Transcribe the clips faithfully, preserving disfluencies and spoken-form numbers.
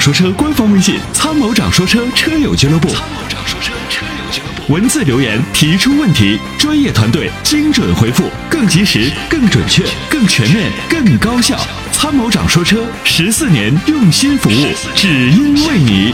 说车官方微信参谋长说车车友俱乐部，参谋长说车车友俱乐部，文字留言提出问题，专业团队精准回复，更及时、更准确、更全面、更高效。参谋长说车十四年用心服务，只因为你。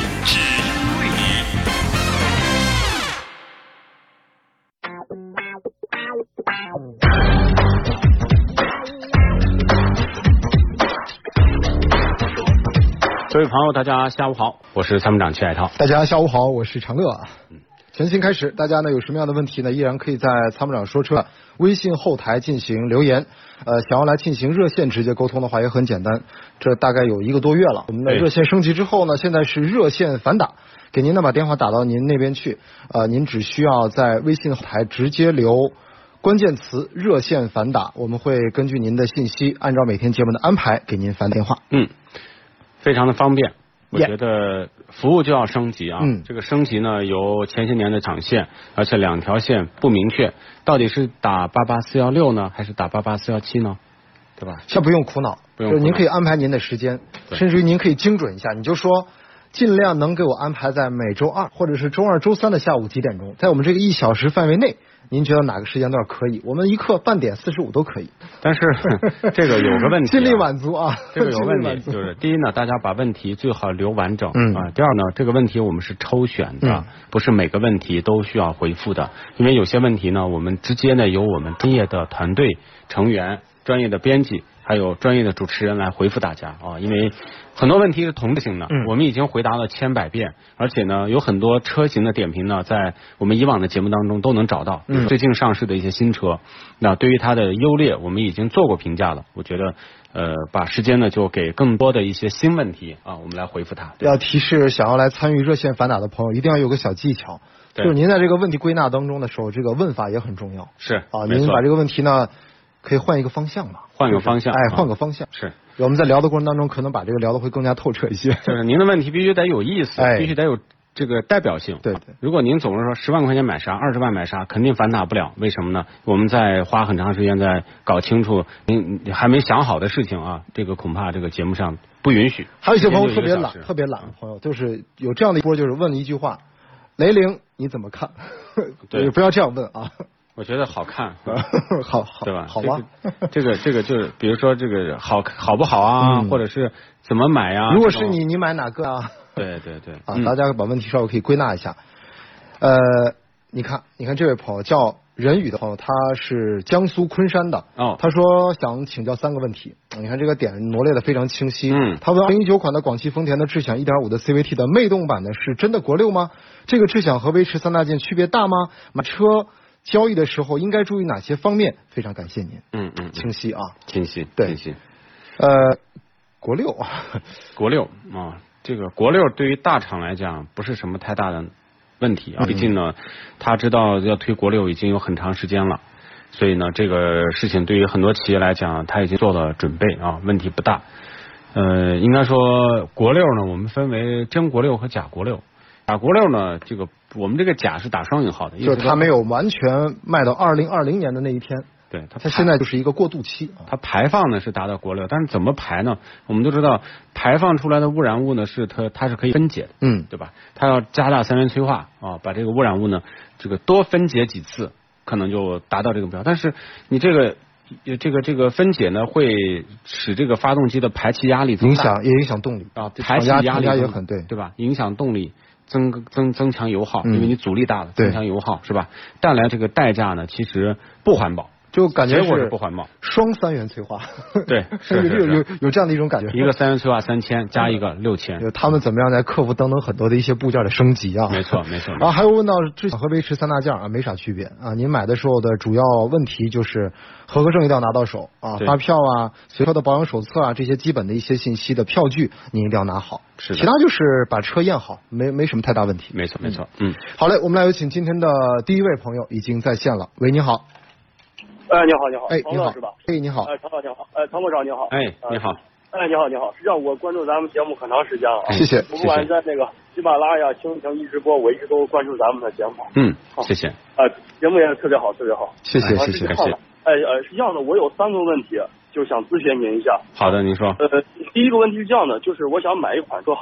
各位朋友，大家下午好，我是参谋长曲海涛。 大家下午好，我是常乐。全新开始，大家呢有什么样的问题呢？依然可以在参谋长说车微信后台进行留言。呃，想要来进行热线直接沟通的话也很简单，这大概有一个多月了。我们的热线升级之后呢，现在是热线反打，给您呢把电话打到您那边去。呃，您只需要在微信后台直接留关键词热线反打，我们会根据您的信息，按照每天节目的安排给您反电话。 嗯。非常的方便，我觉得服务就要升级啊。 嗯， 这个升级呢，由前些年的场线，而且两条线不明确，到底是打八八四幺六呢，还是打八八四幺七呢？对吧？ 这不用苦恼， 不用苦恼， 就是您可以安排您的时间，甚至于您可以精准一下，你就说尽量能给我安排在每周二或者是周二、周三的下午几点钟，在我们这个一小时范围内。您觉得哪个时间段可以？我们一刻半点四十五都可以。 但是这个有个问题、啊， 尽力满足啊。 这个有问题，就是第一呢，大家把问题最好留完整、 嗯、 啊。第二呢，这个问题我们是抽选的、嗯，不是每个问题都需要回复的，因为有些问题呢，我们直接呢由我们专业的团队成员、专业的编辑还有专业的主持人来回复大家啊。因为很多问题是同质性的、嗯，我们已经回答了千百遍，而且呢，有很多车型的点评呢，在我们以往的节目当中都能找到。嗯，最近上市的一些新车，那对于它的优劣，我们已经做过评价了。我觉得，呃，把时间呢就给更多的一些新问题啊，我们来回复它。 要提示想要来参与热线反打的朋友，一定要有个小技巧，就是您在这个问题归纳当中的时候，这个问法也很重要。 是啊，您把这个问题呢，可以换一个方向嘛， 换个方向， 哎，换个方向。 是。 我们在聊的过程当中，可能把这个聊的会更加透彻一些。 就是您的问题必须得有意思， 哎、 必须得有这个代表性。 对对。 如果您总是说十万块钱买啥，二十万买啥，肯定反打不了。为什么呢？我们在花很长时间在搞清楚您还没想好的事情啊，这个恐怕这个节目上不允许。 还有一些朋友特别懒，特别懒的朋友，就是有这样的一波，就是问一句话：雷凌你怎么看？对，不要这样问啊。 我觉得好看， 好好对吧？ 好吧， 这个这个就是，比如说这个好好不好啊、嗯，或者是怎么买呀、啊？ 如果是你，你买哪个啊？ 对对对， 啊，大家把问题稍微可以归纳一下。呃，你看，你看这位朋友叫任宇的朋友，他是江苏昆山的。 哦， 他说想请教三个问题。你看这个点罗列的非常清晰。 嗯， 他问二零一九款的广汽丰田的智享 一点五 的 C V T 的魅动版的是真的国六吗？这个智享和威驰三大件区别大吗？买车交易的时候应该注意哪些方面？非常感谢您。 嗯嗯， 清晰啊， 清晰， 对， 清晰。 呃，国六， 国六啊，这个国六对于大厂来讲不是什么太大的问题啊，毕竟呢，他知道要推国六已经有很长时间了，所以呢，这个事情对于很多企业来讲，他已经做了准备啊，问题不大。呃，应该说国六呢，我们分为真国六和假国六。假国六呢，这个我们这个假是打双引号的， 就是它没有完全卖到二零二零年的那一天。 对，它它现在就是一个过渡期。 它排放呢是达到国六，但是怎么排呢？我们都知道，排放出来的污染物呢是它它是可以分解的， 嗯， 对吧？它要加大三元催化啊，把这个污染物呢这个多分解几次，可能就达到这个目标。但是你这个这个这个分解呢，会使这个发动机的排气压力增大， 影响也影响动力啊，排气压力也很对， 对吧？影响动力。增增增强油耗， 嗯、 因为你阻力大了，增强油耗是吧？带来这个代价呢，其实不环保， 就感觉是不环保， 双三元催化， 对，是是是有有有这样的一种感觉， 一个三元催化三千加一个六千， 他们怎么样来克服等等很多的一些部件的升级啊？ 没错没错。 然后还有问到智享和威驰三大件啊，没啥区别啊。您买的时候的主要问题就是合格证一定要拿到手啊，发票啊、随车的保养手册啊这些基本的一些信息的票据您一定要拿好。 是， 其他就是把车验好，没没什么太大问题。 没错没错，嗯， 好嘞，我们来有请今天的第一位朋友已经在线了。喂，你好。 哎，你好，你好， 哎，你好， 是吧？ 哎，你好， 哎，常老你好，哎，参谋长你好， 哎，你好， 哎，你好，你好，实际上我关注咱们节目很长时间了啊， 谢谢， 不管在那个喜马拉雅、蜻蜓一直播，我一直都关注咱们的节目， 嗯，谢谢， 啊，节目也特别好，特别好， 谢谢，谢谢， 感谢。 哎呃，是这样的，我有三个问题，就想咨询您一下。 好的，您说。 呃，第一个问题是这样的，就是我想买一款车，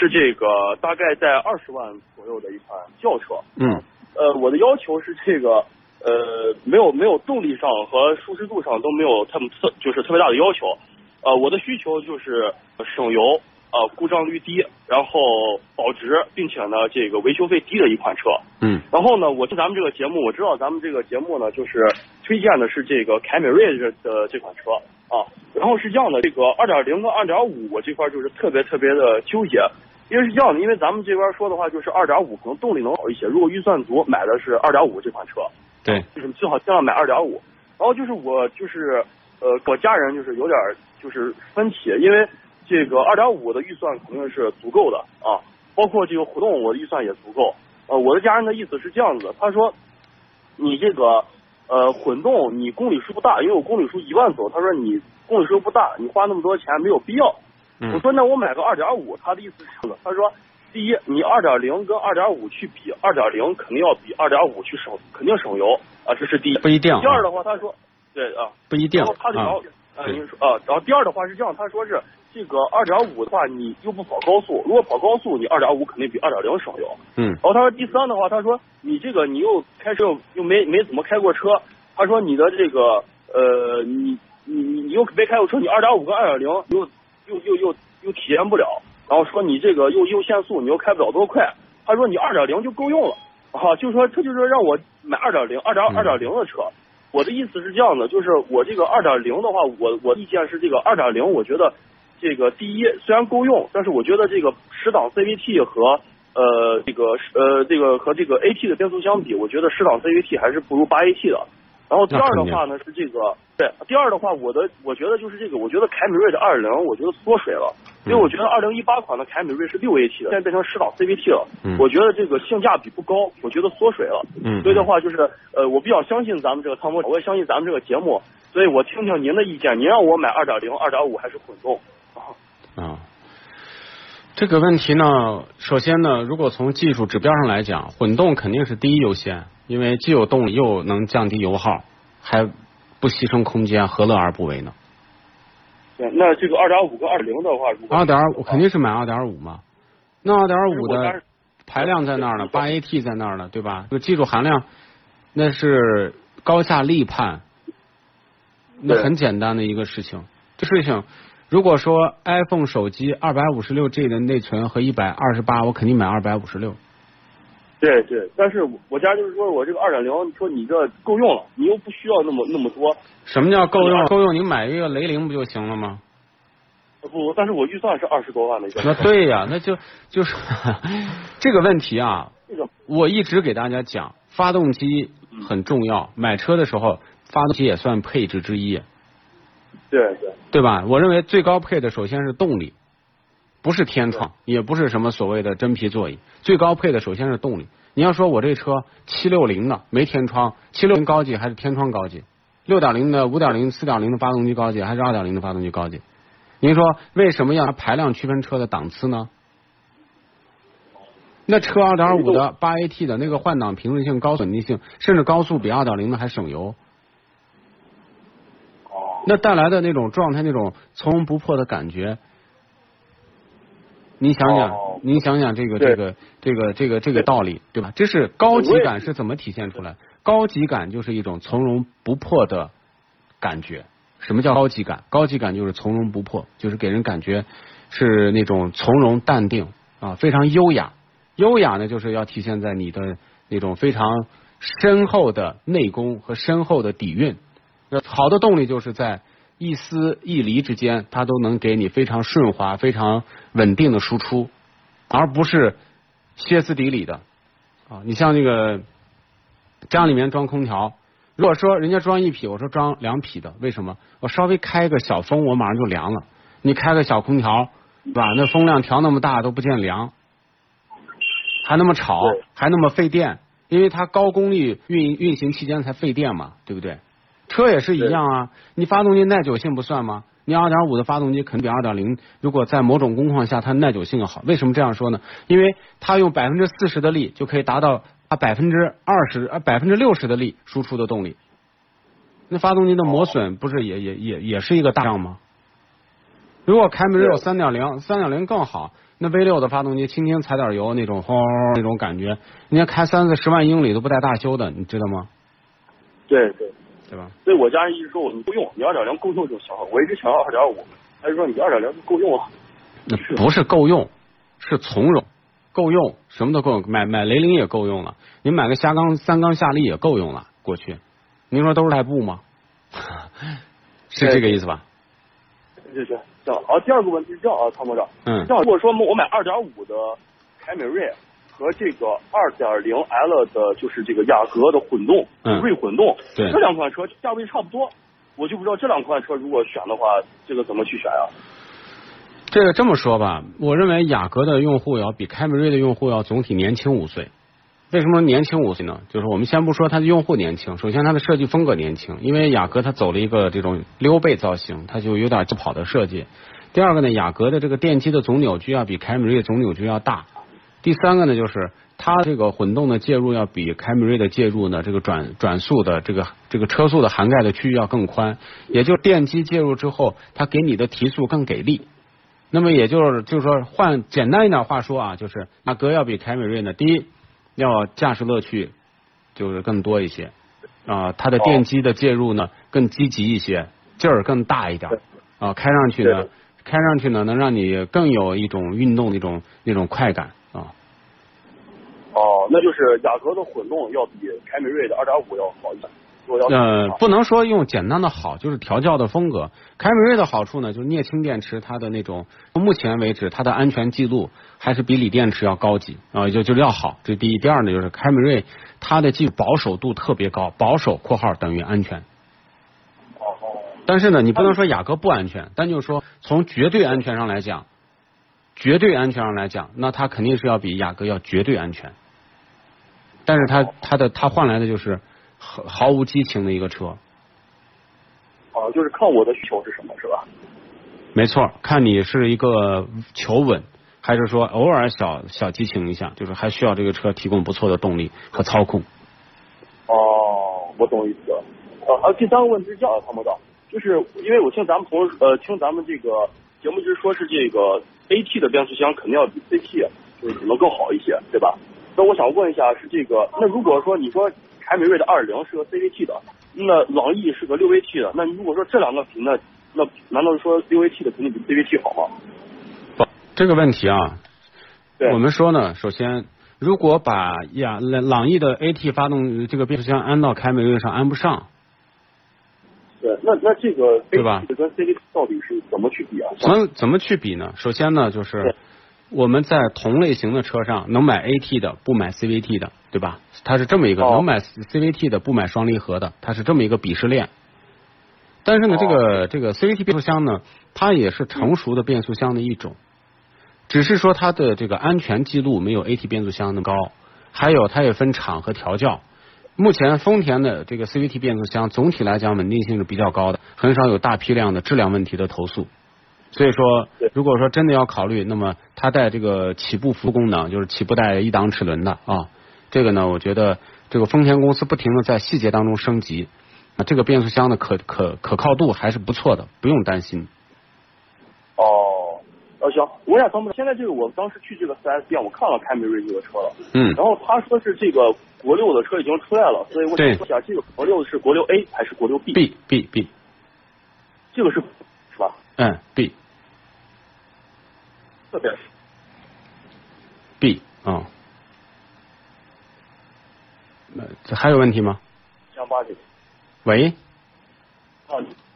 是这个大概在二十万左右的一款轿车。 嗯。 呃，我的要求是这个呃没有没有动力上和舒适度上都没有特特就是特别大的要求。呃，我的需求就是省油。呃，故障率低，然后保值，并且呢，这个维修费低的一款车。 嗯。 然后呢，我听咱们这个节目，我知道咱们这个节目呢，就是推荐的是这个凯美瑞的的这款车啊。然后是这样的，这个二点零和二点五，我这块就是特别特别的纠结，因为是这样的，因为咱们这边说的话就是二点五可能动力能好一些，如果预算足，买的是二点五这款车。 对。 就是最好尽量买二点五。然后就是我就是呃，我家人就是有点就是分歧，因为。这个二点五的预算肯定是足够的啊，包括这个活动我的预算也足够。呃，我的家人的意思是这样子的，他说你这个呃混动你公里数不大，因为我公里数一万走，他说你公里数不大，你花那么多钱没有必要。 嗯、 我说那我买个二点五，他的意思是这样的，他说第一你二点零跟二点五去比，二点零肯定要比二点五去省，肯定省油啊，这是第一。 不一定。 第二的话，他说对啊， 不一定。 然后他然后呃您说啊，然后第二的话是这样，他说是。这个二点五的话，你又不跑高速，如果跑高速，你二点五肯定比二点零省油。 嗯。 然后他说第三的话，他说你这个你又开车又又没没怎么开过车，他说你的这个呃你你你你又没开过车，你二点五跟二点零又又又又又体验不了，然后说你这个又又限速，你又开不了多快。他说你二点零就够用了啊，就是说他就是说让我买二点零二点二点零的车。我的意思是这样的，就是我这个二点零的话，我我意见是这个二点零，我觉得。这个第一虽然够用，但是我觉得这个十档 C V T 和呃这个呃这个和这个 A T 的变速相比，我觉得十档 C V T 还是不如八 A T 的。然后第二的话呢是这个对，第二的话我的我觉得就是这个，我觉得凯美瑞的二点零我觉得缩水了，因为我觉得二零一八款的凯美瑞是六 A T 的，现在变成十档 C V T 了， 嗯、 我觉得这个性价比不高，我觉得缩水了。 嗯， 所以的话就是呃我比较相信咱们这个汤姆，我也相信咱们这个节目，所以我听听您的意见，您让我买二点零、二点五还是混动？ 啊，这个问题呢，首先呢，如果从技术指标上来讲，混动肯定是第一优先，因为既有动力又能降低油耗，还不牺牲空间，何乐而不为呢？ 对，那这个二点五跟二点零的话，如果二点五肯定是买二点五嘛，那二点五的排量在那儿呢，八 A T 在那儿呢，对吧？这个技术含量那是高下立判，那很简单的一个事情，这事情。如果说 iPhone 手机二百五十六 G 的内存和一百二十八，我肯定买二百五十六。 对对，但是我家就是说我这个二点零，你说你这够用了，你又不需要那么那么多。 什么叫够用？够用，你买一个雷凌不就行了吗？ 不，但是我预算是二十多万的一个。 那对呀，那就就是这个问题啊。我一直给大家讲，发动机很重要，买车的时候发动机也算配置之一。 对对。 对吧？我认为最高配的首先是动力，不是天窗，也不是什么所谓的真皮座椅，最高配的首先是动力。你要说我这车七六零的没天窗，七六零高级还是天窗高级？六点零的、五点零、四点零的发动机高级还是二点零的发动机高级？您说为什么要排量区分车的档次呢？那车二点五的八 A T 的那个换挡平顺性、高稳定性，甚至高速比二点零的还省油。那带来的那种状态，那种从容不迫的感觉，你想想， 哦、 你想想这个这个这个这个这个道理，对吧？这是高级感是怎么体现出来？高级感就是一种从容不迫的感觉。什么叫高级感？高级感就是从容不迫，就是给人感觉是那种从容淡定啊，非常优雅。优雅呢，就是要体现在你的那种非常深厚的内功和深厚的底蕴。好的动力就是在一丝一厘之间，它都能给你非常顺滑、非常稳定的输出，而不是歇斯底里的啊。你像那个家里面装空调，如果说人家装一匹，我说装两匹的，为什么？我稍微开个小风，我马上就凉了。你开个小空调，是吧？那风量调那么大都不见凉，还那么吵，还那么费电，因为它高功率运运行期间才费电嘛，对不对？车也是一样啊，你发动机耐久性不算吗？你二点五的发动机肯定比二点零，如果在某种工况下它耐久性要好。为什么这样说呢？因为它用百分之四十的力就可以达到啊百分之二十啊百分之六十的力输出的动力。那发动机的磨损不是也也也也是一个大项吗？ 如果凯美瑞有三点零，三点零更好。那 V 六的发动机轻轻踩点油，那种轰那种感觉，人家开三四十万英里都不带大修的，你知道吗？ 对对对吧？ 所以我家人一直说我你够用，你二点零够用就行了。我一直想要二点五，他就说你二点零够用了。 那不是够用，是从容。够用，什么都够用，买买雷凌也够用了，你买个虾缸三缸夏利也够用了。过去，您说都是代步吗？是这个意思吧？ 对对。这样，好，第二个问题是这样啊，参谋长， 嗯， 这样如果说我买二点五的凯美瑞和这个二点零 L 的，就是这个雅阁的混动， 嗯， 锐混动， 对， 这两款车价位差不多，我就不知道这两款车如果选的话，这个怎么去选啊？ 这个这么说吧，我认为雅阁的用户要比凯美瑞的用户要总体年轻五岁。为什么年轻五岁呢？就是我们先不说它的用户年轻，首先它的设计风格年轻，因为雅阁它走了一个这种溜背造型，它就有点疾跑的设计。第二个呢，雅阁的这个电机的总扭矩要比凯美瑞的总扭矩要大。第三个呢，就是它这个混动的介入要比凯美瑞的介入呢，这个转转速的这个这个车速的涵盖的区域要更宽，也就是电机介入之后，它给你的提速更给力。那么也就是就是说，换简单一点话说啊，就是雅阁要比凯美瑞呢，第一要驾驶乐趣就是更多一些啊、呃，它的电机的介入呢更积极一些，劲儿更大一点啊、呃，开上去呢，开上去呢能让你更有一种运动的一种那种快感啊。 哦，那就是雅阁的混动要比凯美瑞的二点五要好一点。 呃，不能说用简单的好，就是调教的风格。凯美瑞的好处呢，就是镍氢电池，它的那种目前为止它的安全记录还是比锂电池要高级啊、呃，就就是要好。这是第一，第二呢，就是凯美瑞它的技术保守度特别高，保守括号等于安全。但是呢，你不能说雅阁不安全，但就是说从绝对安全上来讲，绝对安全上来讲，那它肯定是要比雅阁要绝对安全。但是它它的它换来的就是毫毫无激情的一个车。 啊，就是看我的需求是什么，是吧？ 没错，看你是一个求稳，还是说偶尔小小激情一下，就是还需要这个车提供不错的动力和操控。 哦，我懂意思了。啊，第三个问题是这样的，参谋长，就是因为我听咱们同事呃听咱们这个节目就是说是这个 A T 的变速箱肯定要比 C T 就是可能更好一些，对吧？那我想问一下，是这个那如果说你说凯美瑞的二点零是个 C V T 的，那朗逸是个六 A T 的，那如果说这两个比，那那难道说六 A T 的肯定比 C V T 好吗？ 不，这个问题啊， 对， 我们说呢，首先如果把呀朗逸的 A T 发动这个变速箱安到凯美瑞上安不上。 对，那那这个 A T 对吧？ 跟 C V T 到底是怎么去比啊？ 怎么怎么去比呢？首先呢，就是我们在同类型的车上能买 A T 的，不买 C V T 的，对吧？它是这么一个， 哦、 能买 C V T 的，不买双离合的，它是这么一个鄙视链。但是呢， 哦、 这个这个 C V T 变速箱呢，它也是成熟的变速箱的一种，只是说它的这个安全记录没有 A T 变速箱那么高，还有它也分厂和调教。目前丰田的这个 C V T 变速箱总体来讲稳定性是比较高的，很少有大批量的质量问题的投诉。所以说，如果说真的要考虑，那么它带这个起步辅助功能，就是起步带一档齿轮的啊，这个呢，我觉得这个丰田公司不停的在细节当中升级，啊，这个变速箱的可可可靠度还是不错的，不用担心。 哦，呃行，我想他们现在这个我当时去这个 四 S 店，我看了凯美瑞这个车了， 嗯， 然后他说是这个国六的车已经出来了，所以我想说一下，这个国六是国六 A 还是国六 B？B B B， 这个是是吧？ 嗯 ，B。 这边 B 啊、哦，那这还有问题吗？ 江八这个。 喂。 啊。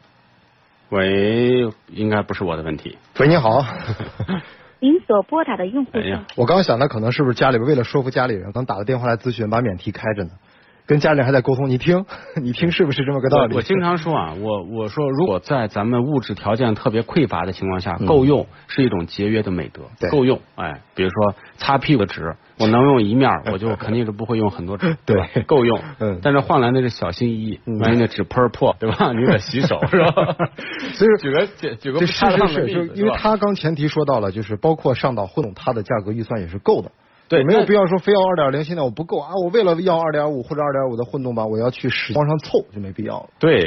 喂，应该不是我的问题。 喂，你好。 您所拨打的用户。 哎呀， 我刚想的可能是不是家里为了说服家里人，可能打个电话来咨询，把免提开着呢。跟家里人还在沟通，你听，你听是不是这么个道理？ 我, 我经常说啊，我我说，如果在咱们物质条件特别匮乏的情况下，嗯、够用是一种节约的美德。够用，哎，比如说擦屁股纸，我能用一面，我就肯定是不会用很多纸。 对， 够用。 嗯， 但是换来的是小心翼翼，万一那纸喷破，对吧？你得洗手，是吧？ 所以举个举举个不恰当的例子， 因为他刚前提说到了，就是包括上到混动，它的价格预算也是够的。 对， 没有必要说非要二点零，现在我不够啊！我为了要二点五或者二点五的混动版，我要去使往上凑，就没必要了。 对， 嗯，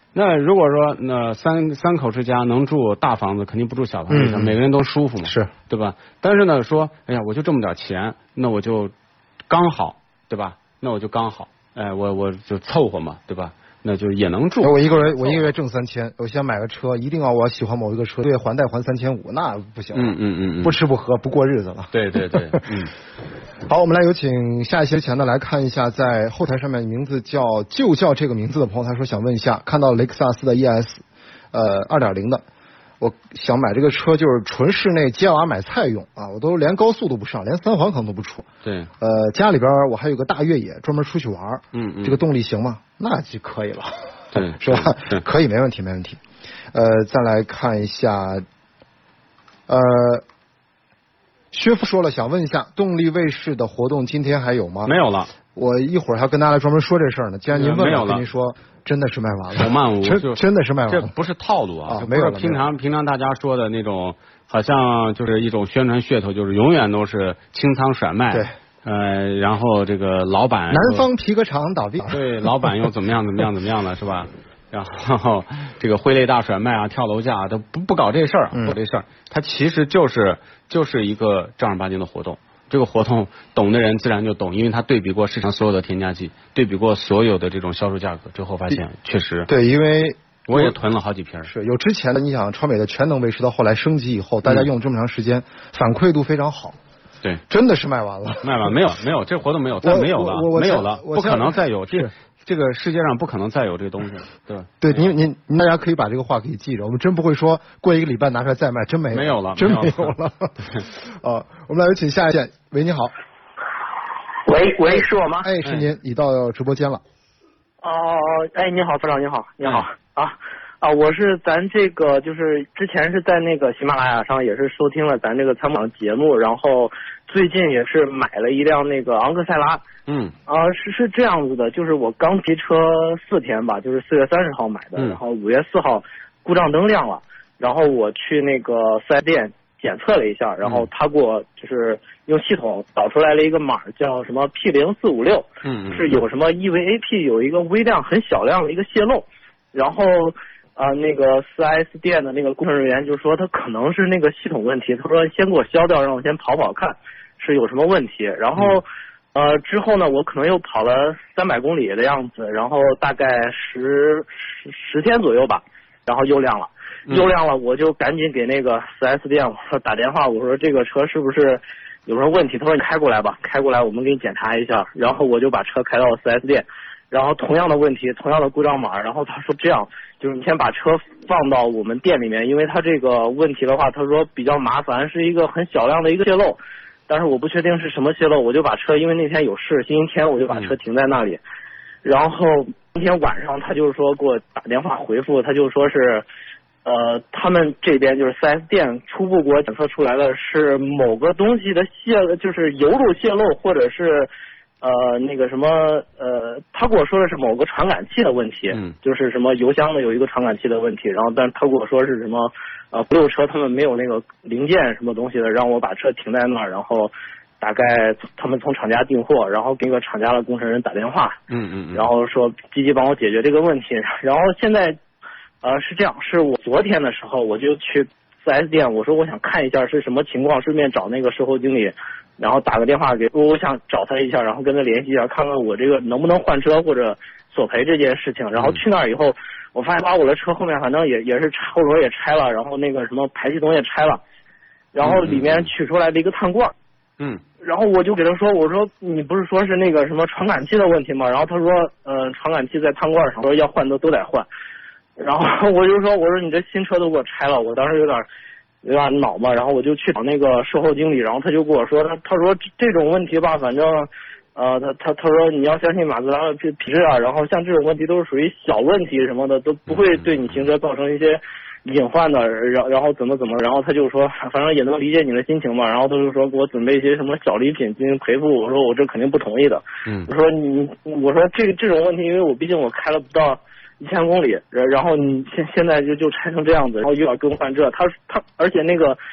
那如果说那三三口之家能住大房子，肯定不住小房子，嗯、每个人都舒服嘛， 是对吧？但是呢，说哎呀，我就这么点钱，那我就刚好，对吧？那我就刚好，哎，我我就凑合嘛，对吧？那就也能住。 我一个月我一个月挣三千，我想买个车，一定要我喜欢某一个车，月还贷还三千五，那不行。 嗯嗯嗯， 不吃不喝不过日子了。 对对对，嗯。 好，我们来有请下一些前呢来看一下，在后台上面名字叫就叫这个名字的朋友，他说想问一下，看到雷克萨斯的 E S， 呃，二点零的，我想买这个车就是纯室内接娃买菜用啊，我都连高速都不上，连三环可能都不出。 对。 呃，家里边我还有个大越野，专门出去玩。 嗯嗯。 这个动力行吗？那就可以了。 对， 是吧？可以，没问题，没问题。呃，再来看一下，呃，薛夫说了，想问一下，动力卫士的活动今天还有吗？ 没有了。 我一会儿还要跟大家专门说这事儿呢。既然您问了， 我跟您说真的是卖完了， 手慢无， 真真的是卖完了。 这不是套路啊， 啊没有了。 平常平常大家说的那种，好像就是一种宣传噱头，就是永远都是清仓甩卖。 对。 呃，然后这个老板南方皮革厂倒闭， 对，老板又怎么样怎么样怎么样了，是吧？然后这个挥泪大甩卖啊，跳楼价啊，都不不搞这事儿，不搞这事儿，它其实就是就是一个正儿八经的活动。这个活动懂的人自然就懂，因为他对比过市场所有的添加剂，对比过所有的这种销售价格，最后发现确实对，因为我也囤了好几瓶。 是有之前的，你想超美的全能卫士到后来升级以后，大家用这么长时间，反馈度非常好。 对， 真的是卖完了， 卖完没有没有，这活动没有，再没有了，没有了，不可能再有，这这个世界上不可能再有这个东西，对吧？ 对，您您您大家可以把这个话给记着，我们真不会说过一个礼拜拿出来再卖，真没没有了， 真没有了。啊，我们来有请下一线，喂，你好。 喂喂，是我吗？ 哎，是您，已到直播间了。 哦，哎，你好，部长，你好，你好啊。啊，我是咱这个就是之前是在那个喜马拉雅上也是收听了咱这个参谋长节目，然后最近也是买了一辆那个昂克赛拉。 嗯。 啊，是是这样子的，就是我刚提车四天吧，就是四月三十号买的， 嗯、 然后五月四号故障灯亮了，然后我去那个四 S 店检测了一下，然后他给我就是用系统导出来了一个码叫什么 P 零四五六， 嗯， 是有什么 E V A P 有一个微量很小量的一个泄漏，然后。啊、呃，那个四 S 店的那个工作人员就说他可能是那个系统问题，他说先给我消掉，让我先跑跑看是有什么问题。然后、嗯、呃之后呢，我可能又跑了三百公里的样子，然后大概十十十天左右吧，然后又亮了，又亮了，我就赶紧给那个四 S 店我说打电话，我说这个车是不是有什么问题？他说你开过来吧，开过来我们给你检查一下。然后我就把车开到四 S 店。然后同样的问题，同样的故障码，然后他说这样，就是你先把车放到我们店里面，因为他这个问题的话，他说比较麻烦，是一个很小量的一个泄漏，但是我不确定是什么泄漏，我就把车，因为那天有事，星期天我就把车停在那里，嗯、然后今天晚上他就是说给我打电话回复，他就说是，呃，他们这边就是 四 S 店初步给我检测出来的是某个东西的泄，就是油路泄漏，或者是。呃，那个什么，呃，他跟我说的是某个传感器的问题， 嗯， 就是什么油箱的有一个传感器的问题，然后但他跟我说是什么，呃，不溜车他们没有那个零件什么东西的，让我把车停在那儿，然后大概他们从厂家订货，然后给个厂家的工程人打电话， 嗯嗯， 然后说积极帮我解决这个问题，然后现在，呃，是这样，是我昨天的时候我就去四 S 店，我说我想看一下是什么情况，顺便找那个售后经理。然后打个电话给，我想找他一下，然后跟他联系一下，看看我这个能不能换车或者索赔这件事情。然后去那儿以后，我发现把我的车后面反正也也是后轮也拆了，然后那个什么排气筒也拆了，然后里面取出来了一个碳罐。 嗯。 然后我就给他说，我说你不是说是那个什么传感器的问题吗？然后他说，呃，传感器在碳罐上，说要换都都得换。然后我就说，我说你这新车都给我拆了，我当时有点。有点恼嘛，然后我就去找那个售后经理，然后他就跟我说，他他说这种问题吧，反正呃他他他说你要相信马自达的品质啊，然后像这种问题都是属于小问题什么的，都不会对你行车造成一些隐患的，然然后怎么怎么，然后他就说反正也能理解你的心情嘛，然后他就说给我准备一些什么小礼品进行赔付，我说我这肯定不同意的， 嗯， 我说你我说这个这种问题，因为我毕竟我开了不到。一千公里，然然后你现现在就就拆成这样子，然后又要更换这，他他而且那个四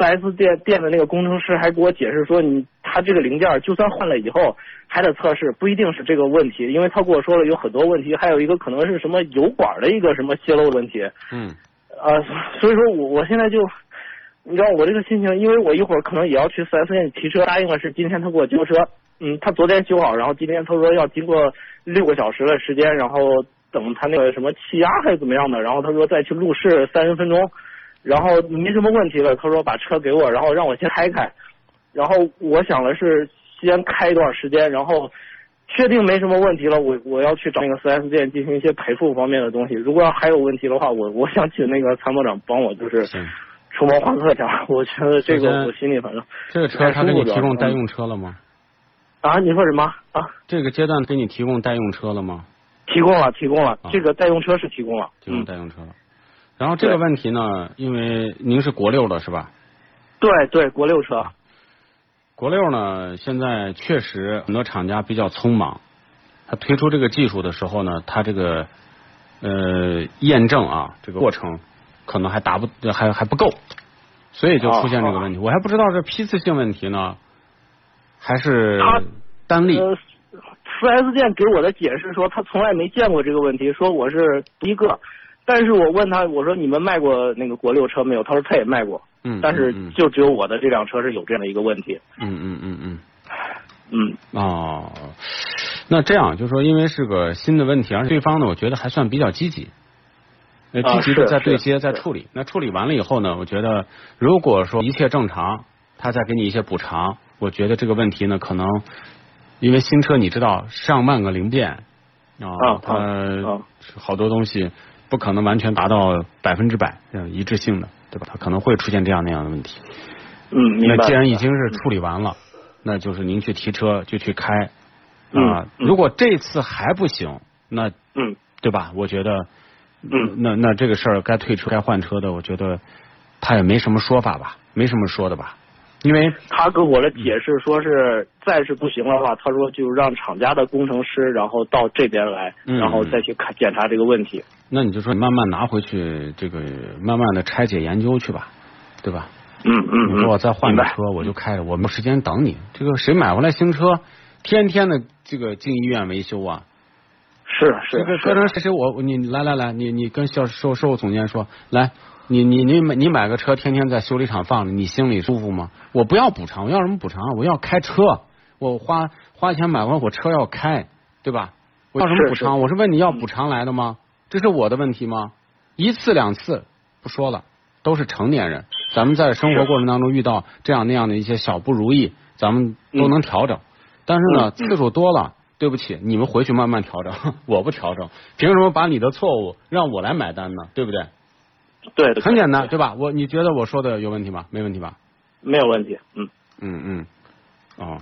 四 S 店店的那个工程师还给我解释说，你他这个零件就算换了以后还得测试，不一定是这个问题，因为他跟我说了有很多问题，还有一个可能是什么油管的一个什么泄漏的问题。 嗯。 呃，所以说我我现在就。你知道我这个心情，因为我一会儿可能也要去四 S 店提车，答应了是今天他给我交车，嗯，他昨天修好，然后今天他说要经过六个小时的时间，然后等他那个什么气压还是怎么样的，然后他说再去路试三十分钟，然后没什么问题了，他说把车给我，然后让我先开开，然后我想的是先开一段时间，然后确定没什么问题了，我我要去找那个四 S 店进行一些赔付方面的东西，如果要还有问题的话，我我想请那个参谋长帮我就是。出谋划策一下，我觉得这个我心里反正这个车他给你提供代用车了吗？ 啊，你说什么啊？ 这个阶段给你提供代用车了吗？ 提供了，提供了，啊、这个代用车是提供了， 提供代用车了。嗯、然后这个问题呢，因为您是国六的是吧？ 对对，国六车。 国六呢，现在确实很多厂家比较匆忙，他推出这个技术的时候呢，他这个呃验证啊这个过程。可能还达不还还不够，所以就出现这个问题。哦、我还不知道是批次性问题呢，还是单例。 呃，四 S 店给我的解释说，他从来没见过这个问题，说我是第一个。但是我问他，我说你们卖过那个国六车没有？他说他也卖过， 嗯， 但是就只有我的这辆车是有这样的一个问题。 嗯嗯嗯嗯嗯哦，那这样就是说，因为是个新的问题，而且对方呢，我觉得还算比较积极。呃，积极的在对接，在处理。那处理完了以后呢，我觉得如果说一切正常，他再给你一些补偿，我觉得这个问题呢，可能因为新车你知道上万个零变啊，它好多东西不可能完全达到百分之百一致性的，对吧？它可能会出现这样那样的问题。 嗯，明白。 那既然已经是处理完了，那就是您去提车就去开啊。如果这次还不行，那嗯， 对吧？我觉得。 嗯， 那那这个事儿该退车该换车的，我觉得他也没什么说法吧，没什么说的吧，因为他跟我的解释说是再是不行的话，他说就让厂家的工程师然后到这边来， 嗯、 然后再去看检查这个问题。 那你就说慢慢拿回去，这个慢慢的拆解研究去吧，对吧？ 嗯嗯。 你说我再换个车，我就开着，我没时间等你。这个谁买回来新车，天天的这个进医院维修啊。 是是， 这个搁成谁谁我你来来来，你你跟销售售后总监说，来，你你你买你买个车，天天在修理厂放着，你心里舒服吗？我不要补偿，我要什么补偿？我要开车，我花花钱买完我车要开，对吧？我要什么补偿？我是问你要补偿来的吗？这是我的问题吗？一次两次不说了，都是成年人，咱们在生活过程当中遇到这样那样的一些小不如意，咱们都能调整。但是呢，次数多了。对不起，你们回去慢慢调整，我不调整，凭什么把你的错误让我来买单呢？对不对？ 对， 很简单，对吧？我你觉得我说的有问题吗？没问题吧？ 没有问题，嗯嗯嗯，哦，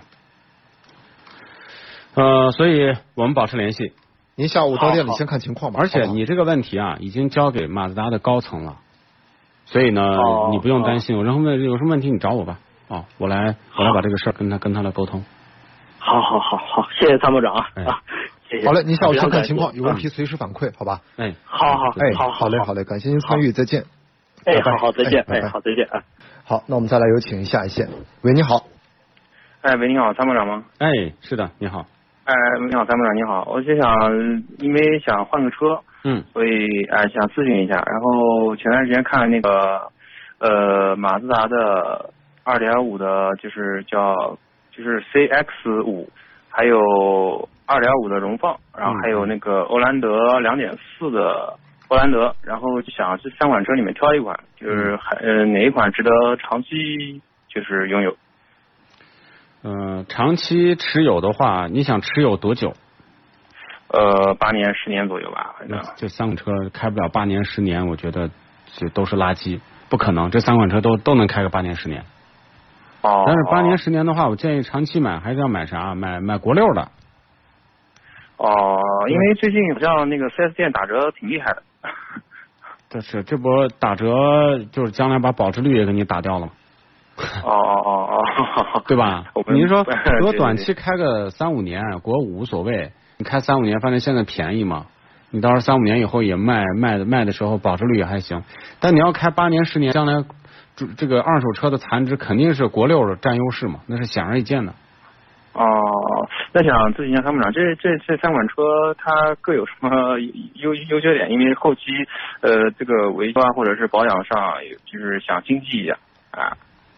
呃，所以我们保持联系。 您下午到店里先看情况吧。 而且你这个问题啊，已经交给马自达的高层了，所以呢， 哦、 你不用担心，有任何问有什么问题你找我吧。哦，我来我来把这个事儿跟他跟他来沟通。 好好好好，谢谢参谋长啊！ 哎、 啊，谢谢。 好嘞，您下午先看情况，有问题随时反馈，好吧？ 哎， 好好， 哎， 好好嘞，好嘞，感谢您参与，再见。 哎，好好，再见， 哎， 好，再见啊。 好，那我们再来有请下一线。喂，你好。 哎，喂，你好，参谋长吗？ 哎，是的，你好。 哎，你好，参谋长，你好，我就想因为想换个车， 嗯， 所以哎想咨询一下，然后前段时间看了那个呃马自达的二点五的，就是叫就是 C X 五。还有二点五的荣放，然后还有那个欧蓝德两点四的欧蓝德，然后就想这三款车里面挑一款，就是还呃哪一款值得长期就是拥有？ 呃，长期持有的话，你想持有多久？ 呃，八年、十年左右吧，反正。 这三款车开不了八年、十年，我觉得这都是垃圾，不可能。这三款车都都能开个八年、十年。 哦。 但是八年、十年的话，我建议长期买，还是要买啥？买买国六的。 哦，因为最近好像那个四 S 店打折挺厉害的。 这是这不打折，就是将来把保值率也给你打掉了吗？ 哦哦哦哦， 对吧？你说如果短期对对对开个三五年，国五无所谓，你开三五年，反正现在便宜嘛。你到时候三五年以后也卖卖的卖的时候保值率也还行，但你要开八年十年，将来这个二手车的残值肯定是国六的占优势嘛，那是显而易见的。 哦，那想咨询一下参谋长，这这这三款车它各有什么优优缺点？因为后期呃这个维修啊或者是保养上，就是想经济一下啊。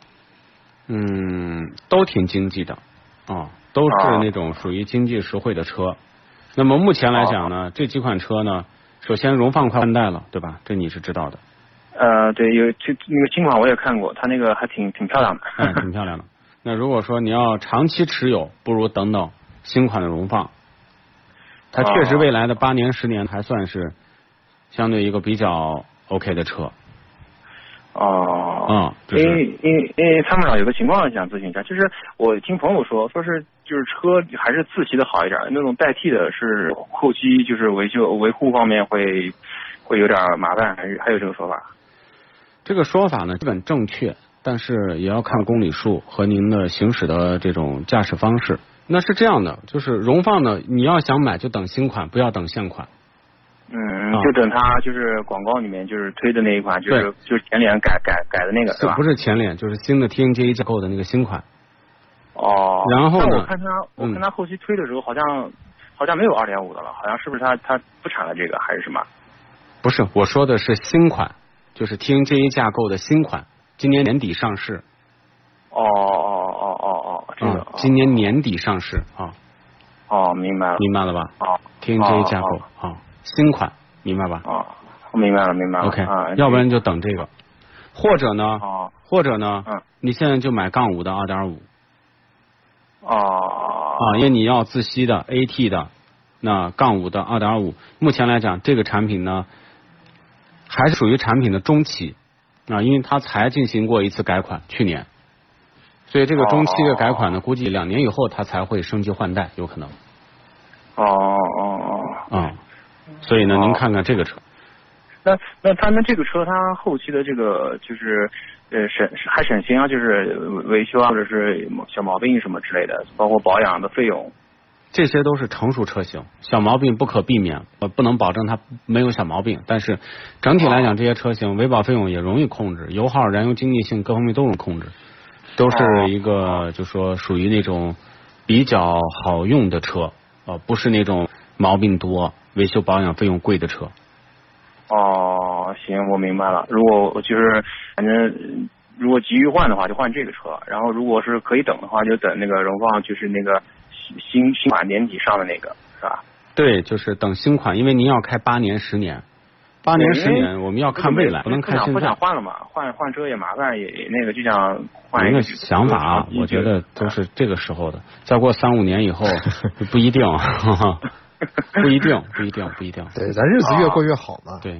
嗯，都挺经济的啊，都是那种属于经济实惠的车。那么目前来讲呢，这几款车呢，首先荣放快换代了，对吧？这你是知道的。 呃，对，有这那个新款我也看过，它那个还挺挺漂亮的， 哎，挺漂亮的。那如果说你要长期持有，不如等等新款的荣放，它确实未来的八年十年还算是相对一个比较 OK 的车。 哦， 嗯，就是、 因为因为因为参谋长有个情况想咨询一下，就是我听朋友说，说是就是车还是自吸的好一点，那种代替的是后期就是维修维护方面会会有点麻烦，还是还有这个说法？ 这个说法呢基本正确。但是也要看公里数和您的行驶的这种驾驶方式。那是这样的，就是荣放呢，你要想买就等新款，不要等现款。 嗯，就等它就是广告里面就是推的那一款，就是就是前脸改改改的那个是吧？ 不是前脸，就是新的 T N G A 架构的那个新款。 哦。 然后呢？ 我看它，我看它后期推的时候，好像、嗯、好像没有二点五的了，好像是不是它它不产了这个还是什么？ 不是，我说的是新款，就是 T N G A 架构的新款。今年年底上市。 哦哦哦哦哦，这个、 啊、今年年底上市啊。 哦，明白了。 明白了吧？ 哦 ，T N G A 架构啊、哦哦，新款，明白吧？ 哦，明白了，明白了。 OK，、 啊、 要不然就等这个，或者呢， 哦、 或者呢， 嗯， 你现在就买杠五的二点五。 哦。 啊，因为你要自吸的 A T 的，那杠五的二点五，目前来讲，这个产品呢，还是属于产品的中期。啊，因为它才进行过一次改款，去年，所以这个中期的改款呢，估计两年以后它才会升级换代，有可能。 哦哦哦。 啊、嗯，所以呢，您看看这个车。 那那他们这个车，它后期的这个就是呃省还省心啊，就是维修啊，或者是小毛病什么之类的，包括保养的费用。 这些都是成熟车型，小毛病不可避免，我不能保证它没有小毛病，但是整体来讲，这些车型维保费用也容易控制，油耗、燃油经济性各方面都能控制，都是一个就说属于那种比较好用的车，呃，不是那种毛病多、维修保养费用贵的车。 哦，行，我明白了。如果就是反正如果急于换的话，就换这个车；然后如果是可以等的话，就等那个荣放，就是那个。新新款年底上的那个是吧？ 对，就是等新款，因为您要开八年、十年，八年、十年，我们要看未来，不能看现在。 不想换了嘛，换换车也麻烦，也那个就想换一个。 您的想法啊，我觉得都是这个时候的。再过三五年以后，不一定，不一定，不一定，不一定。 对，咱日子越过越好嘛。 对。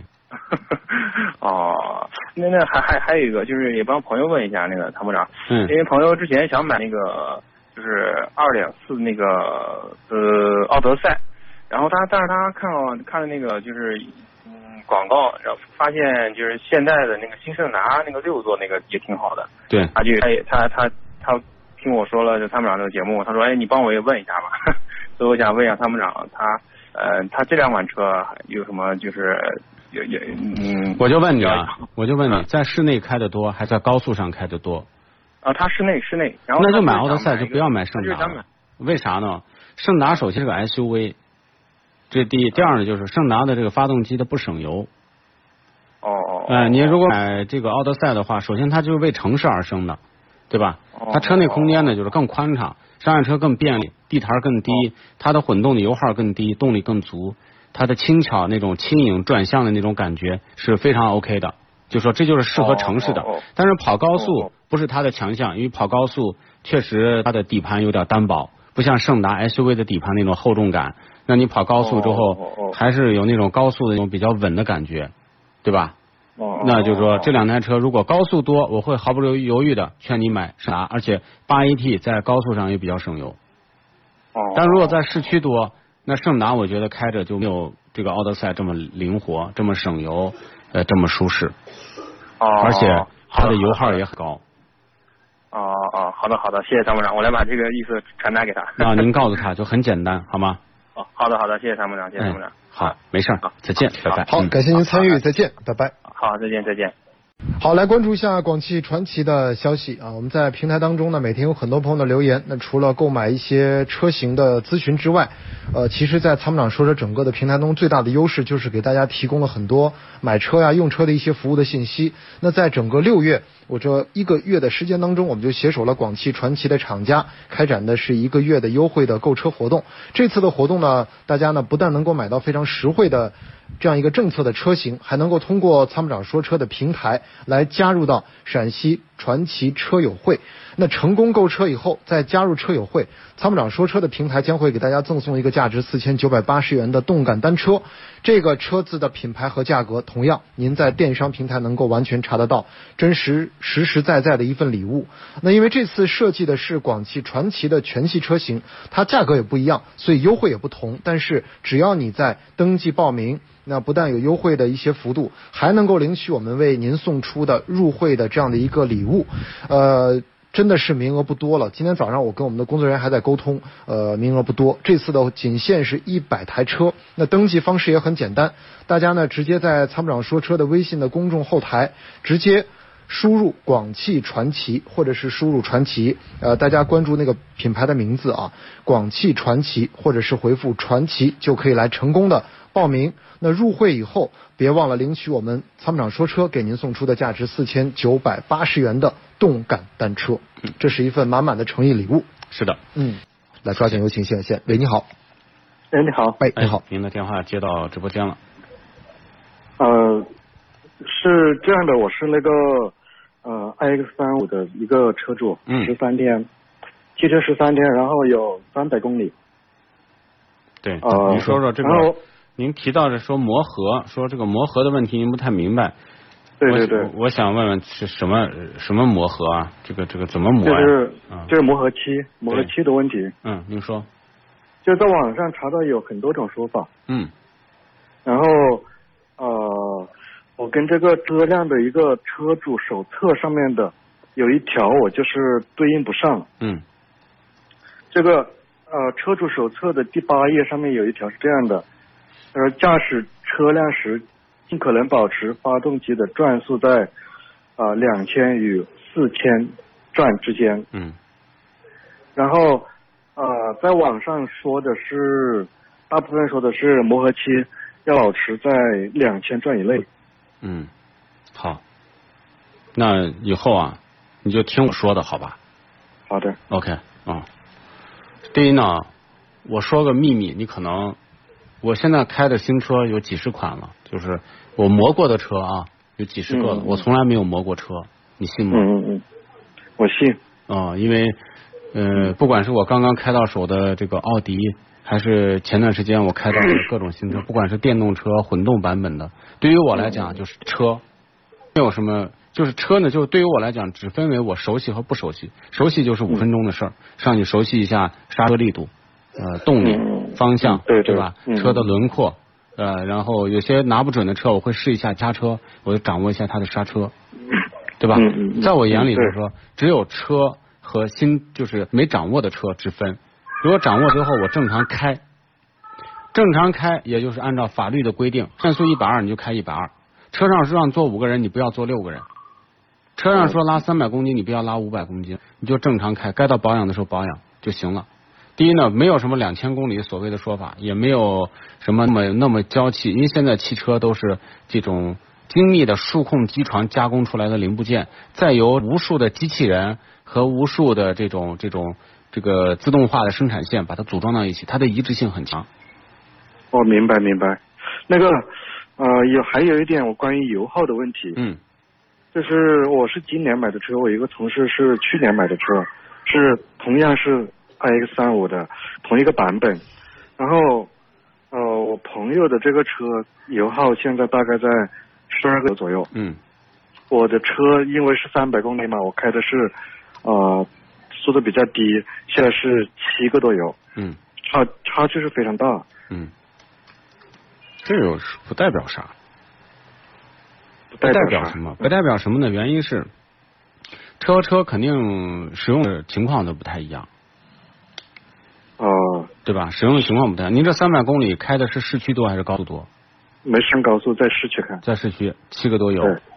哦，那那还还还有一个，就是也帮朋友问一下那个参谋长， 嗯， 因为朋友之前想买那个。就是二点四那个呃奥德赛，然后他但是他看了看了那个就是嗯广告，然后发现就是现在的那个新胜达那个六座那个也挺好的。 对， 他就他他他他听我说了就参谋长这个节目，他说哎你帮我也问一下吧，所以我想问一下参谋长，他呃他这两款车有什么就是有有嗯我就问你啊，我就问你在室内开的多还是在高速上开的多？ 啊，它室内室内，然后那就买奥德赛，就不要买胜达了。 为啥呢？胜达首先是个 S U V， 这第一，第二呢就是胜达的这个发动机它不省油。 哦哦。 哎、呃，你如果买这个奥德赛的话，首先它就是为城市而生的，对吧？它车内空间呢就是更宽敞，商业车更便利，地台更低，它的混动的油耗更低，动力更足，它的轻巧那种轻盈转向的那种感觉是非常 OK 的。就说这就是适合城市的， 哦哦哦、 但是跑高速不是它的强项，因为跑高速确实它的底盘有点单薄，不像胜达 S U V 的底盘那种厚重感。那你跑高速之后， 哦哦哦、 还是有那种高速的那种比较稳的感觉，对吧？ 哦、 那就是说这两台车如果高速多，我会毫不犹豫的劝你买胜达，而且八 A T 在高速上也比较省油。 哦。 但如果在市区多，那胜达我觉得开着就没有这个奥德赛这么灵活，这么省油，呃，这么舒适。 哦， 而且它的油耗也很高。 哦哦，好的好的，谢谢参谋长，我来把这个意思传达给他。 那您告诉他就很简单，好吗？ 哦，好的好的，谢谢参谋长，谢谢参谋长。 好，没事儿，再见，拜拜。 好，感谢您参与，再见，拜拜。 好，再见再见。 好，来关注一下广汽传祺的消息啊！我们在平台当中呢，每天有很多朋友的留言。那除了购买一些车型的咨询之外，呃，其实，在参谋长说车整个的平台中，最大的优势就是给大家提供了很多买车呀、用车的一些服务的信息。那在整个六月，我这一个月的时间当中，我们就携手了广汽传祺的厂家，开展的是一个月的优惠的购车活动。这次的活动呢，大家呢不但能够买到非常实惠的这样一个政策的车型，还能够通过参谋长说车的平台来加入到陕西传祺车友会。那成功购车以后，再加入车友会，参谋长说车的平台将会给大家赠送一个价值四千九百八十元的动感单车。这个车子的品牌和价格，同样您在电商平台能够完全查得到，真实实实在在的一份礼物。那因为这次设计的是广汽传祺的全系车型，它价格也不一样，所以优惠也不同。但是只要你在登记报名，那不但有优惠的一些幅度，还能够领取我们为您送出的入会的这样的一个礼物。呃。真的是名额不多了。今天早上我跟我们的工作人员还在沟通，呃，名额不多。这次的仅限是一百台车。那登记方式也很简单，大家呢直接在参谋长说车的微信的公众后台直接输入广汽传祺，或者是输入传祺，呃，大家关注那个品牌的名字啊，广汽传祺，或者是回复传祺，就可以来成功的报名。那入会以后，别忘了领取我们参谋长说车给您送出的价值四千九百八十元的动感单车，这是一份满满的诚意礼物。 是的， 嗯，来抓紧有请线线。喂，你好。 哎，你好。 喂，你好。 您的电话接到直播间了。 呃，是这样的，我是那个呃 I X 三五的一个车主， 嗯， 十三天，汽车十三天，然后有三百公里。 对， 呃， 您说说这个。您提到的说磨合，说这个磨合的问题您不太明白。 对对对。 我, 我想问问是什么什么磨合啊？这个这个怎么磨呀？ 就是嗯、 就是磨合期，磨合期的问题。 嗯，您说。 就在网上查到有很多种说法。 嗯。 然后呃，我跟这个车辆的一个车主手册上面的有一条我就是对应不上。 嗯。 这个呃车主手册的第八页上面有一条是这样的。呃，驾驶车辆时，尽可能保持发动机的转速在啊两千与四千转之间。 嗯。 然后呃，在网上说的是，大部分说的是磨合期要保持在两千转以内。 嗯，好，那以后啊，你就听我说的好吧？ 好的。 OK 啊、哦，第一呢，我说个秘密，你可能。我现在开的新车有几十款了，就是我磨过的车啊，有几十个了， 嗯嗯我从来没有磨过车，你信吗？ 嗯嗯嗯，我信。 啊、呃，因为呃，不管是我刚刚开到手的这个奥迪，还是前段时间我开到的各种新车，不管是电动车、混动版本的，对于我来讲就是车，没有什么，就是车呢，就对于我来讲只分为我熟悉和不熟悉，熟悉就是五分钟的事儿，上去熟悉一下刹车力度。呃，动力、方向， 嗯、对对吧？ 嗯、 车的轮廓，呃，然后有些拿不准的车，我会试一下刹车，我就掌握一下它的刹车，对吧？ 嗯嗯、 在我眼里就是说，只有车和新就是没掌握的车之分。如果掌握之后，我正常开，正常开，也就是按照法律的规定，限速一百二你就开一百二。车上是让坐五个人，你不要坐六个人。车上说拉三百公斤，你不要拉五百公斤，你就正常开，该到保养的时候保养就行了。第一呢，没有什么两千公里所谓的说法，也没有什么那么那么娇气，因为现在汽车都是这种精密的数控机床加工出来的零部件，再由无数的机器人和无数的这种这种这个自动化的生产线把它组装到一起，它的一致性很强。 哦，明白明白。那个呃，有还有一点我关于油耗的问题。 嗯。 就是我是今年买的车，我一个同事是去年买的车，是同样是。I X 三五的同一个版本，然后呃，我朋友的这个车油耗现在大概在十二个左右。 嗯， 我的车因为是三百公里嘛，我开的是呃速度比较低，现在是七个多油。 嗯， 差差距是非常大。 嗯，这有不代表啥？ 不代表什么？不代表什么呢？原因是车和车肯定使用的情况都不太一样。 哦、呃， 对吧？使用的情况不太一样。您这三百公里开的是市区多还是高速多？ 没上高速，在市区开。 在市区七个多油。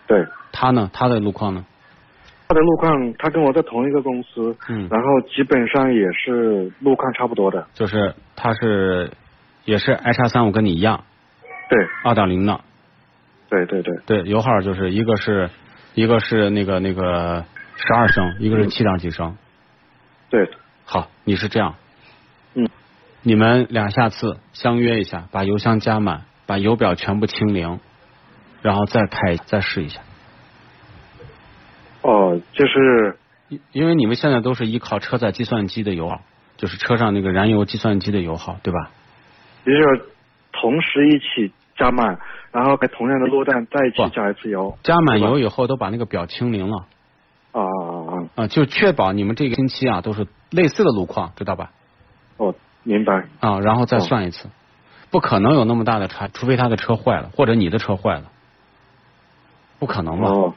对。 他呢？他的路况呢？ 他的路况，他跟我在同一个公司， 嗯， 然后基本上也是路况差不多的。 就是他是也是 i 叉三五跟你一样， 对， 二点零的。 对对对。 对，油耗就是一个是一个是那个那个十二升，一个是七点几升。 对。 好，你是这样。 嗯。 你们俩下次相约一下，把油箱加满，把油表全部清零，然后再开再试一下。 哦，就是因为你们现在都是依靠车载计算机的油耗，就是车上那个燃油计算机的油耗，对吧？ 也就是同时一起加满，然后在同样的路段再一起加一次油。 加满油以后都把那个表清零了。 啊啊啊！ 啊，就确保你们这个星期啊都是类似的路况，知道吧？ 哦，明白。 啊，然后再算一次，哦、不可能有那么大的差，除非他的车坏了，或者你的车坏了，不可能嘛。 哦。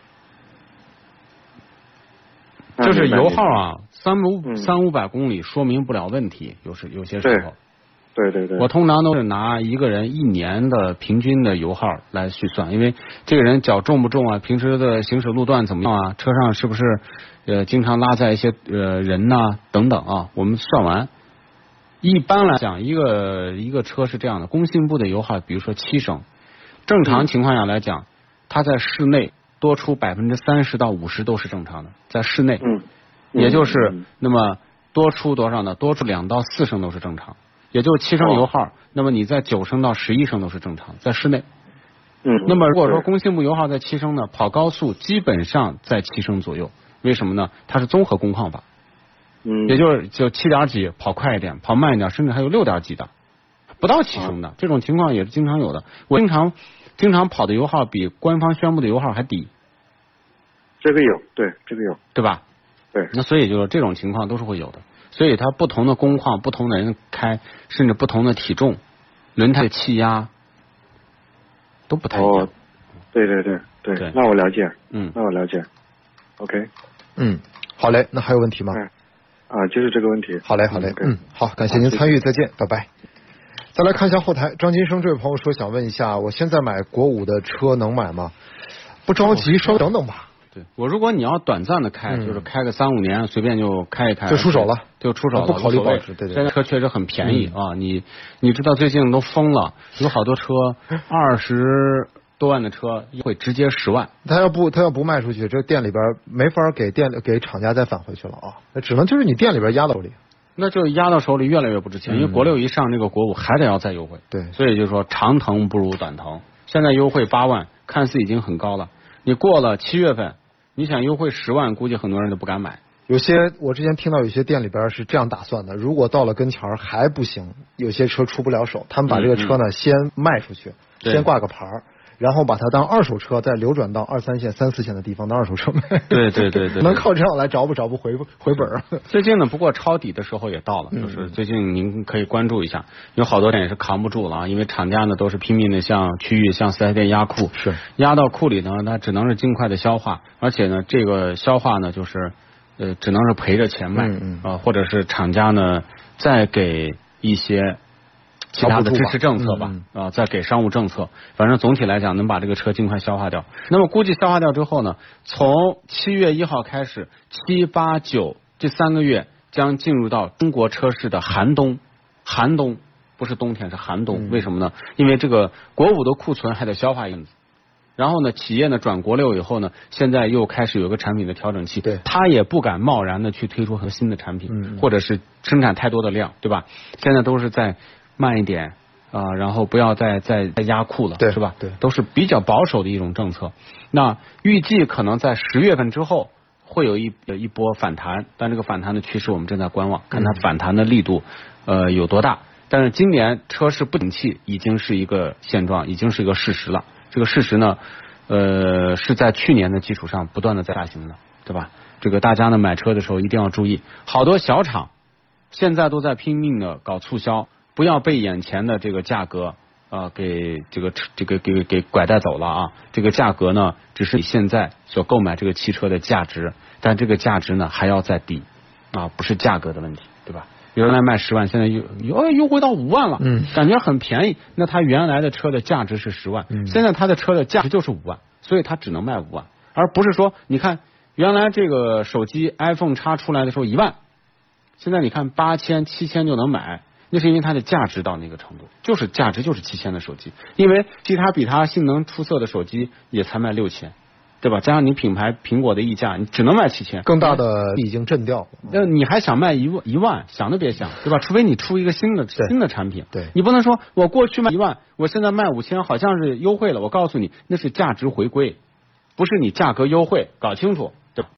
就是油耗啊，三五三五百公里说明不了问题，有时有些时候。 对对对。 我通常都是拿一个人一年的平均的油耗来去算，因为这个人脚重不重啊，平时的行驶路段怎么样啊，车上是不是呃经常拉载一些呃人呐、啊、等等啊，我们算完。一般来讲，一个一个车是这样的，工信部的油耗，比如说七升，正常情况下来讲，它在室内多出百分之三十到五十都是正常的，在室内， 嗯， 也就是那么多出多少呢？多出两到四升都是正常。也就是七升油耗，哦、那么你在九升到十一升都是正常，在室内。 嗯。 那么如果说工信部油耗在七升呢，跑高速基本上在七升左右，为什么呢？它是综合工况法。 嗯。 也就是就七点几跑快一点，跑慢一点，甚至还有六点几的，不到七升的、啊、这种情况也是经常有的。我经常经常跑的油耗比官方宣布的油耗还低。 这个有，对，这个有， 对吧？ 对。 那所以就是这种情况都是会有的。所以它不同的工况、不同的人开，甚至不同的体重、轮胎的气压都不太一样。 哦，对对对 对, 对，那我了解， 嗯， 那我了解。OK， 嗯，好嘞，那还有问题吗？ 嗯，啊，就是这个问题。 好嘞，好嘞，嗯，嗯好，感谢您参与，再见，拜拜。再来看一下后台，张金生这位朋友说想问一下，我现在买国五的车能买吗？不着急，稍等等吧。 对，我如果你要短暂的开，嗯、就是开个三五年，随便就开一开， 就出手了， 就出手了， 不考虑保值。对对。 现在车确实很便宜、嗯、啊，你你知道最近都疯了，有好多车二十多万的车会直接十万。 他要不他要不卖出去，这店里边没法给店给厂家再返回去了啊，那只能就是你店里边压到手里。 那就压到手里越来越不值钱，嗯、因为国六一上这个国五还得要再优惠。 对， 所以就说长疼不如短疼。现在优惠八万，看似已经很高了，你过了七月份。你想优惠十万，估计很多人都不敢买。 有些我之前听到有些店里边是这样打算的，如果到了跟前儿还不行，有些车出不了手，他们把这个车呢、嗯、先卖出去，先挂个牌儿，然后把它当二手车再流转到二三线、三四线的地方当二手车卖。 对对对 对, 对， 能靠这样来找不找不回回本儿。 最近呢，不过抄底的时候也到了，就是最近您可以关注一下，有好多店也是扛不住了啊，因为厂家呢都是拼命的向区域、向四 S 店压库， 是压到库里呢，它只能是尽快的消化，而且呢，这个消化呢就是呃只能是赔着钱卖，啊、 嗯呃，或者是厂家呢再给一些。其他的支持政策吧， 嗯、 啊，再给商务政策，反正总体来讲能把这个车尽快消化掉。那么估计消化掉之后呢，从七月一号开始，七八九这三个月将进入到中国车市的寒冬。寒冬不是冬天，是寒冬。 嗯、 为什么呢？因为这个国五的库存还得消化一阵子。然后呢，企业呢转国六以后呢，现在又开始有个产品的调整期， 对， 他也不敢贸然的去推出很新的产品， 嗯、 或者是生产太多的量，对吧？现在都是在。慢一点啊、呃，然后不要再再再压库了， 对， 是吧？ 对， 都是比较保守的一种政策。那预计可能在十月份之后会有一一波反弹，但这个反弹的趋势我们正在观望，看它反弹的力度呃有多大。但是今年车市不景气已经是一个现状，已经是一个事实了。这个事实呢，呃是在去年的基础上不断的在下行的，对吧？这个大家呢买车的时候一定要注意，好多小厂现在都在拼命的搞促销。不要被眼前的这个价格啊、呃、给这个这个给给拐带走了啊！这个价格呢，只是你现在所购买这个汽车的价值，但这个价值呢还要再低啊，不是价格的问题，对吧？原来卖十万，现在又又优惠到五万了， 嗯， 感觉很便宜。那它原来的车的价值是十万， 嗯， 现在它的车的价值就是五万， 所以它只能卖五万，而不是说你看原来这个手机 iPhone X 出来的时候一万，现在你看八千、七千就能买，那是因为它的价值到那个程度，就是价值就是七千的手机，因为其他比它性能出色的手机也才卖六千。对吧？加上你品牌苹果的溢价，你只能卖七千， 更大的已经震掉了。 那你还想卖一万一万，想都别想，对吧？除非你出一个新的新的产品， 对， 你不能说我过去卖一万，我现在卖五千，好像是优惠了。我告诉你，那是价值回归，不是你价格优惠，搞清楚。